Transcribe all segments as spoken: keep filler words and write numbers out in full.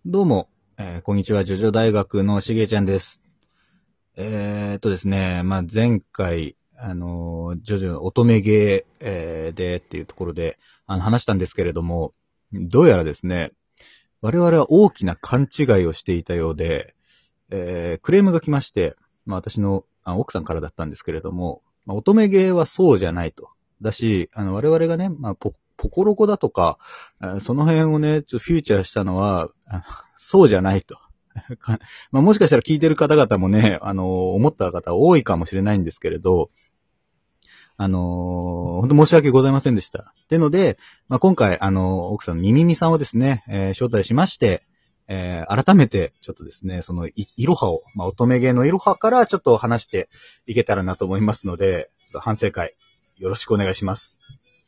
どうも、えーこんにちは、ジョジョ大学のしげちゃんです。えーっとですね、まあ、前回、あのー、ジョジョの乙女ゲー、えーでっていうところで、あの、話したんですけれども、どうやらですね、我々は大きな勘違いをしていたようで、えークレームが来まして、まあ、私のあ奥さんからだったんですけれども、まあ、乙女ゲーはそうじゃないと。だし、あの、我々がね、まあ、ポ、ポコロコだとか、あその辺をね、ちょっとフューチャーしたのは、あのそうじゃないと。かまあ、もしかしたら聞いてる方々もね、あの、思った方多いかもしれないんですけれど、あのー本当申し訳ございませんでした。でので、まあ、今回、あの、奥さんのミミミさんをですね、えー招待しまして、えー改めて、ちょっとですね、そのい、いろはを、まあ、乙女芸のいろはからちょっと話していけたらなと思いますので、ちょっと反省会、よろしくお願いします。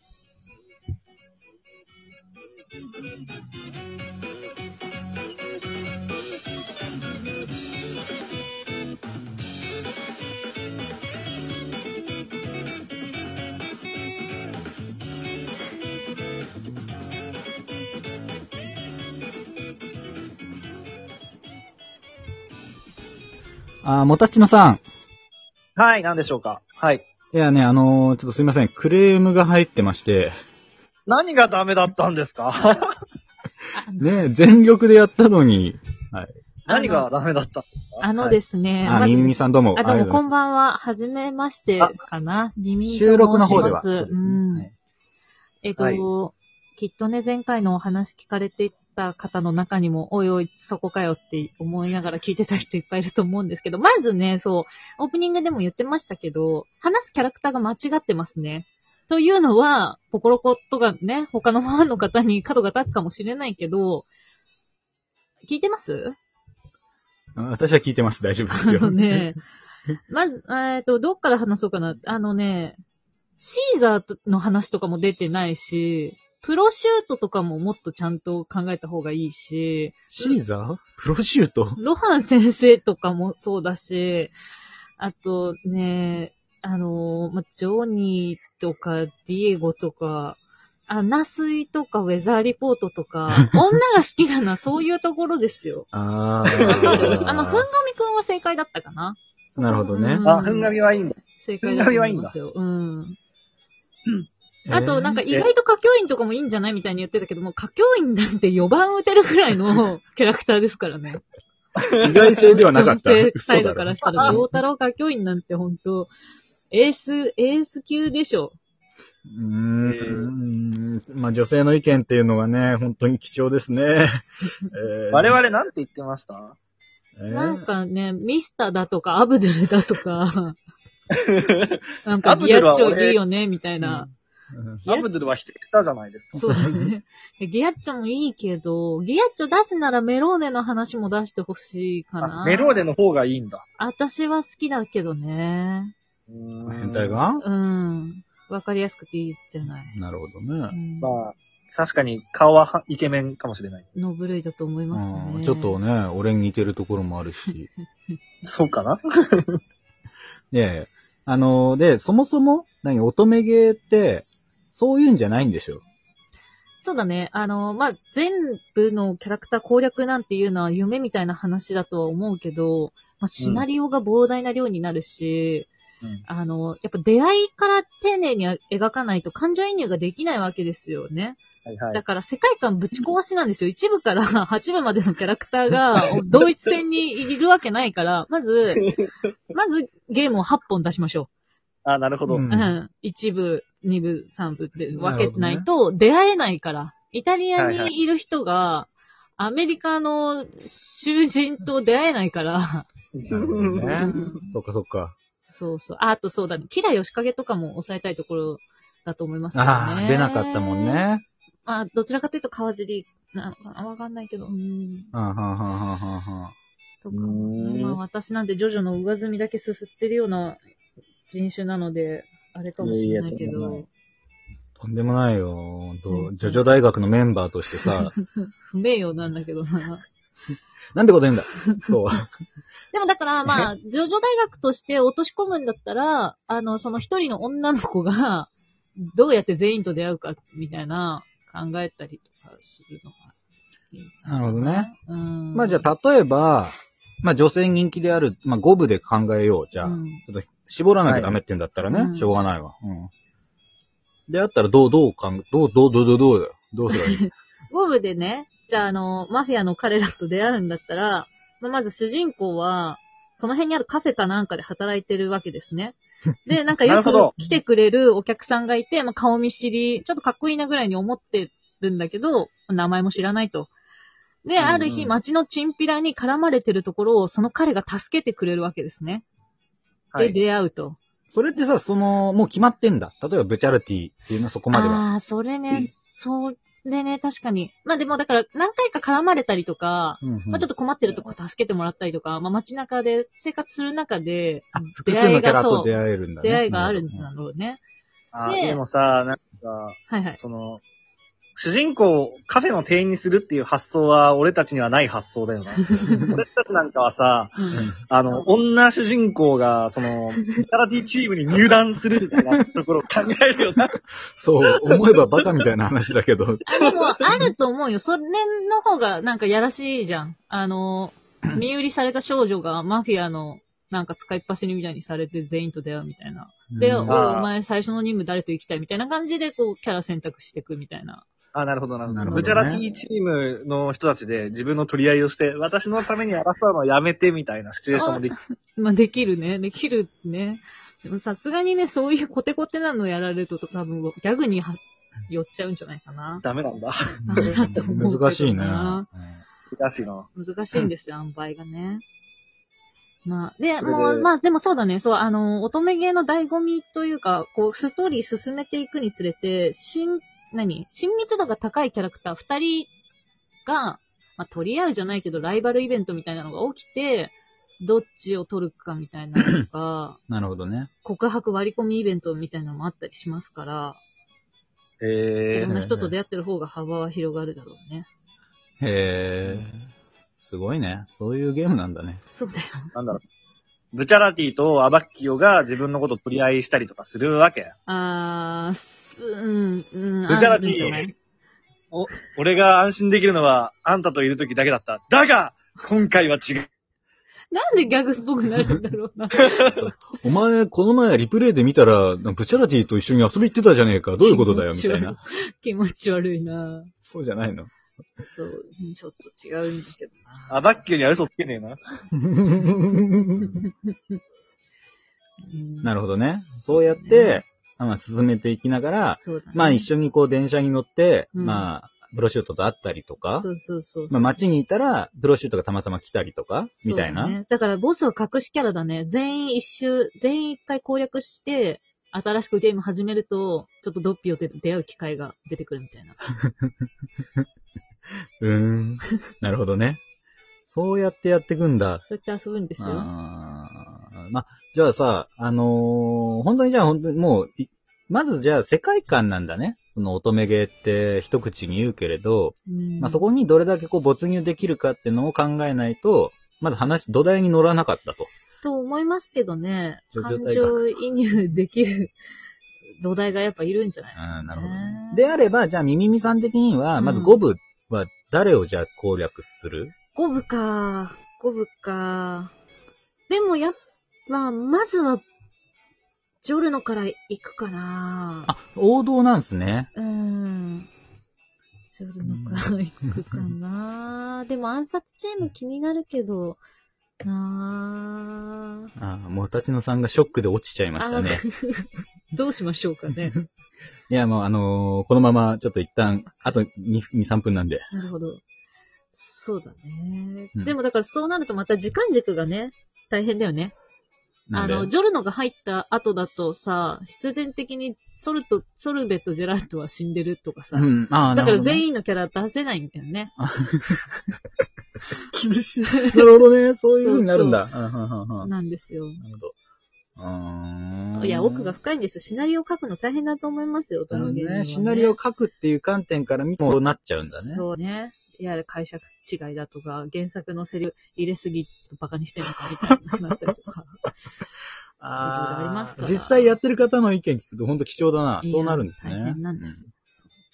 あー、もたちのさん。 はい、何でしょうか。はい。 いやね、あのーちょっとすいません、クレームが入ってまして、 何がダメだったんですか？ ね、全力でやったのに、はい。 何がダメだったんですか？ あのですね、 あ、 まずミミミさんどうも。 あ、どうも、こんんばんは。はじめましてかな。ミミミと申します。 収録の方では。そうですね。 うんはいえっと、 はいきっとね、前回のお話聞かれてた方の中にも、おいおい、そこかよって思いながら聞いてた人いっぱいいると思うんですけど、まずね、そう、オープニングでも言ってましたけど、話すキャラクターが間違ってますね。というのは、ポコロコとかね、他のファンの方に角が立つかもしれないけど、聞いてます私は聞いてます。大丈夫ですよ。 あのね、まず、えっと、どっから話そうかな。あのね、シーザーの話とかも出てないし、プロシュートとかももっとちゃんと考えた方がいいし、 シーザープロシュートロハン先生とかもそうだし、あとね、あの、ま、ジョニーとかディエゴとか、アナスイとかウェザーリポートとか、女が好きなのはそういうところですよ。 あわかるあの、ふんがみくんは正解だったかな。 なるほどねうんあ、ふんがみはいいんだ。 正解だと思いますよ。うん。あと、なんか意え外と歌教員とかもいいんじゃないみたいに言ってたけども、歌教員なんてよばん打てるくらいのキャラクターですからね。 ー意外性ではなかった。 女性サイド嘘だろからしたら、陽太郎歌教員なんてほんと、エース、エース級でしょ。 うーん。まあ、女性の意見っていうのはね、本当に貴重ですね。えー我々なんて言ってましたえーなんかね、ミスターだとか、アブドゥルだとか、なんかギアッチョいいよね、みたいな。 うんギアアブドゥルは否定したじゃないですか。 そうだね。ギアッチョもいいけど、ギアッチョ出すならメローネの話も出してほしいかな。 あメローデの方がいいんだ。 私は好きだけどね。 変態がうん。わかりやすくていいじゃない。 なるほどうね。 ん、 まあ、確かに顔ははイケメンかもしれない。 ノブ類だと思いますね。 うんちょっとね、俺に似てるところもあるし。 そうかな？ で、あの、で、そもそも、何、乙女ゲーって、そういうんじゃないんでしょ。 そうだね。あの、まあ、全部のキャラクター攻略なんていうのは夢みたいな話だとは思うけど、まあ、シナリオが膨大な量になるし、 うんあの、やっぱ出会いから丁寧に描かないと感情移入ができないわけですよね。 はいはい。 だから世界観ぶち壊しなんですよ。いち部からはち部までのキャラクターが同一線にいるわけないから、まず、まずゲームをはっぽん出しましょあ、なるほど。 うう。うんん。いち部、に部、さん部って分けてないと出会えないから。イタリアにいる人が、アメリカの囚人と出会えないから。 なるほどね。そっかそっか。 そうそう。あ、あとそうだね。キラヨシカゲとかも抑えたいところだと思いますけどね。 ああ、出なかったもん。ね。 まあ、どちらかというと川尻なのかなわかんないけど。うん。 はんはんはんはんはんはん。 とか。 うーんまあ、私なんてジョジョの上積みだけすすってるような人種なので、あれかもしれないけいやいやとんでもなどい。 とんでもないよ。ほんと全然ジョジョ大学のメンバーとしてさ、 不名誉なんだけどな。 なんてこと言うんだ。そう。 でもだから、まあ、ジョジョ大学として落とし込むんだったら、あの、その一人の女の子が、どうやって全員と出会うか、みたいな、考えたりとかするのがなるほどね。 うん。 まあじゃあ、例えば、まあ女性人気である、まあごぶで考えよう。じゃあ、 うん、 ちょっと絞らなきゃダメって言うんだったらね、 はいしょうがないわ。うん。であったら、どう、どう考え、どう、どう、どう、どう、どうだよ。どうすればいいごぶでね、じゃああの、マフィアの彼らと出会うんだったら、まあ、まず主人公は、その辺にあるカフェかなんかで働いてるわけですね。で、なんかよく来てくれるお客さんがいて、まあ、顔見知り、ちょっとかっこいいなぐらいに思ってるんだけど、名前も知らないと。で、 うんうんある日、街のチンピラに絡まれてるところを、その彼が助けてくれるわけですね。で、 はい。 出会うと。 それってさ、その、もう決まってんだ。例えば、ブチャルティっていうのはそこまでは。 ああ、それね、それね、確かに。まあでも、だから、何回か絡まれたりとか、 うんうんまあちょっと困ってるとこ助けてもらったりとか、まあ街中で生活する中で、 あ複数のキャラと出会会えるんだね。 出会いがあるんだなろうね。 あででもさ、なんか、 はいはい。 その、主人公をカフェの店員にするっていう発想は俺たちにはない発想だよな。俺たちなんかはさ、 うんあの、女主人公が、その、ビタラティチームに入団するみたいなところを考えるよな。 そう、思えばバカみたいな話だけど。 あ、でも、あると思うよ。それの方がなんかやらしいじゃん。あの、身売りされた少女がマフィアのなんか使いっ走りみたいにされて全員と出会うみたいな。で、 うんおい、 あーお前最初の任務誰と行きたいみたいな感じで、こう、キャラ選択していくみたいな。 あ、なるほど、なるほど。 なるほどねブチャラティチームの人たちで自分の取り合いをして、私のために争うのはやめてみたいなシチュエーションもできる。 まあ、できるね。できるね。でもさすがにね、そういうコテコテなのやられると多分、ギャグには寄っちゃうんじゃないかな。 ダメなんだ。 ダメだと思うけどな難しいね。 難しいな。 難しいんですよ、塩梅がね。まあ、で、 それでもう、まあ、でもそうだね、そう、あの、乙女芸の醍醐味というか、こう、ストーリー進めていくにつれて、新、何親密度が高いキャラクター二人が、まあ、取り合うじゃないけど、ライバルイベントみたいなのが起きて、どっちを取るかみたいなのとか、 なるほどね。 告白割り込みイベントみたいなのもあったりしますから、いへー。 ろんな人と出会ってる方が幅は広がるだろうね。 へー。すごいね。そういうゲームなんだね。 そうだよ。 なんだろう。ブチャラティとアバッキオが自分のことを取り合いしたりとかするわけ。 あー、すうん、うん、 ブチャラティあるんじゃないお、俺が安心できるのはあんたといる時だけだった。だが、今回は違う。 なんでギャグっぽくなるんだろうな。 お前、この前リプレイで見たら、ブチャラティと一緒に遊び行ってたじゃねえか。どういうことだよ、みたいな。 気持ち悪いなそうじゃないの。 そう、ちょっと違うんだけどな。 アバッキオには嘘つけねえな。 うんなるほどね。そうやって、まあ、進めていきながら、 そうだね。 まあ一緒にこう電車に乗って、 うんまあ、プロシュートと会ったりとか、 そうそうそうそう。 まあ街にいたら、プロシュートがたまたま来たりとか、みたいな。 そうだね。だからボスは隠しキャラだね。全員一周、全員一回攻略して、新しくゲーム始めると、ちょっとドッピオで出会う機会が出てくるみたいな。 うーん。なるほどね。そうやってやっていくんだ。 そうやって遊ぶんですよ。 あーまあ、じゃあさ、あのー本当にじゃあ本当にもう、いまずじゃあ世界観なんだね。その乙女芸って一口に言うけれど、 うんまあそこにどれだけこう没入できるかっていうのを考えないと、まず話、土台に乗らなかったと。 と思いますけどね。 ジョジョ感大学情移入できる土台がやっぱいるんじゃないですか、ね。 あーなるほどね。であれば、じゃあミミミさん的には、 うんまず五部は誰をじゃあ攻略する、 五部か。五部か。でもやっぱ、まずは、ジョルノから行くかな。 あ、王道なんですね。 うーん。ジョルノから行くかな。でも暗殺チーム気になるけど、なあ。 あーもう立野さんがショックで落ちちゃいましたね。 あどうしましょうかね。 いや、もうあのーこのままちょっと一旦、あとに、に、さんぷんなんで。 なるほど。そうだね。 うんでもだからそうなるとまた時間軸がね、大変だよね。 なんであの、ジョルノが入った後だとさ、必然的にソルト、ソルベとジェラートは死んでるとかさ。 うん、ああ、 だからなるほどね全員のキャラ出せないんだよね。 厳しい。なるほどね。そういう風になるんだ。うんうんうんうんなんですよ。 なるほど。うーんいや、奥が深いんですよ。シナリオを書くの大変だと思いますよ、 なるほど芸人はね。シナリオを書くっていう観点から見てもそうなっちゃうんだね。 そうね。いや、解釈違いだとか、原作のセリフ入れすぎとバカにしてるのかみたいになったりとか。 あいろいろありますから実際やってる方の意見聞くと本当貴重だな。そうなるんですね。 いや大変なんですよ。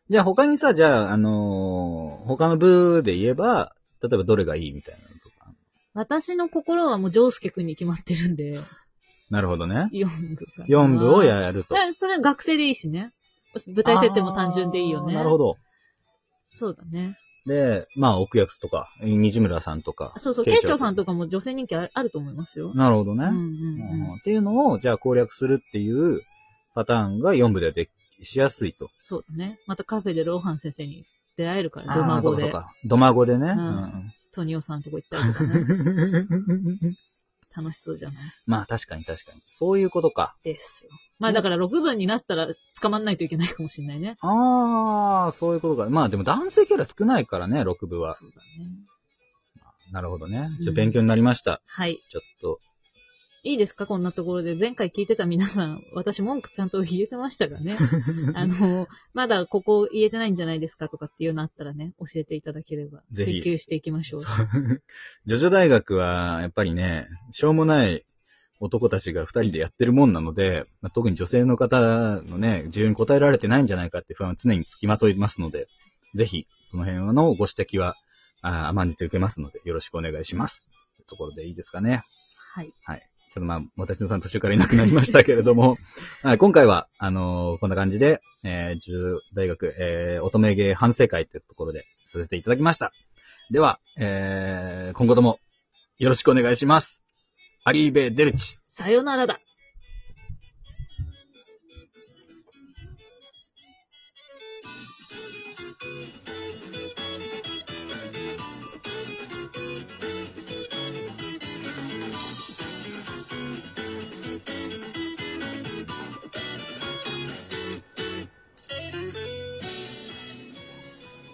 じゃあ他にさ、じゃあ、あのー他の部で言えば、例えばどれがいいみたいなのとか。 私の心はもうジョースケ君に決まってるんで、 なるほどね。 よん部かな。 よん部をやると。 えそれは学生でいいしね。舞台設定も単純でいいよね。 なるほど。 そうだね。 で、まあ、奥役とか、西村さんとか。 そうそう、 慶長慶長さんとかも女性人気あると思いますよ。 なるほどね。 うんうんうんうんっていうのを、じゃあ攻略するっていうパターンがよん部でできしやすいと。 そうだね。またカフェでローハン先生に出会えるから、 あードマゴで。 そうかそうか。ドマゴでね。 うんうんトニオさんとこ行ったりとかね。楽しそうじゃないまあ、確かに確かに。そういうことか。 ですよ。まあだからろくぶになったら捕まんないといけないかもしれないね。 ああ、そういうことか。まあでも男性キャラ少ないからね、ろく部は。 そうだね。 なるほどね。 うんちょっと勉強になりました。 はい。 ちょっと。 いいですかこんなところで。前回聞いてた皆さん、私文句ちゃんと言えてましたがね。あの、まだここ言えてないんじゃないですかとかっていうのあったらね、教えていただければ、 ぜひ追求していきましょう。 そうジョジョ大学は、やっぱりね、しょうもない男たちが二人でやってるもんなので、まあ、特に女性の方のね、自由に答えられてないんじゃないかって不安は常につきまといますので、ぜひ、その辺のご指摘は、あ甘んじて受けますので、よろしくお願いします。というところでいいですかね。 はい。 はい。ちょっとまあ、私のさん途中からいなくなりましたけれども、はい、今回は、あのーこんな感じで、えー、ジョジョ大学、えー、乙女芸反省会というところでさせていただきました。では、えー、今後ともよろしくお願いします。アリーベ・デルチ。 さよならだ。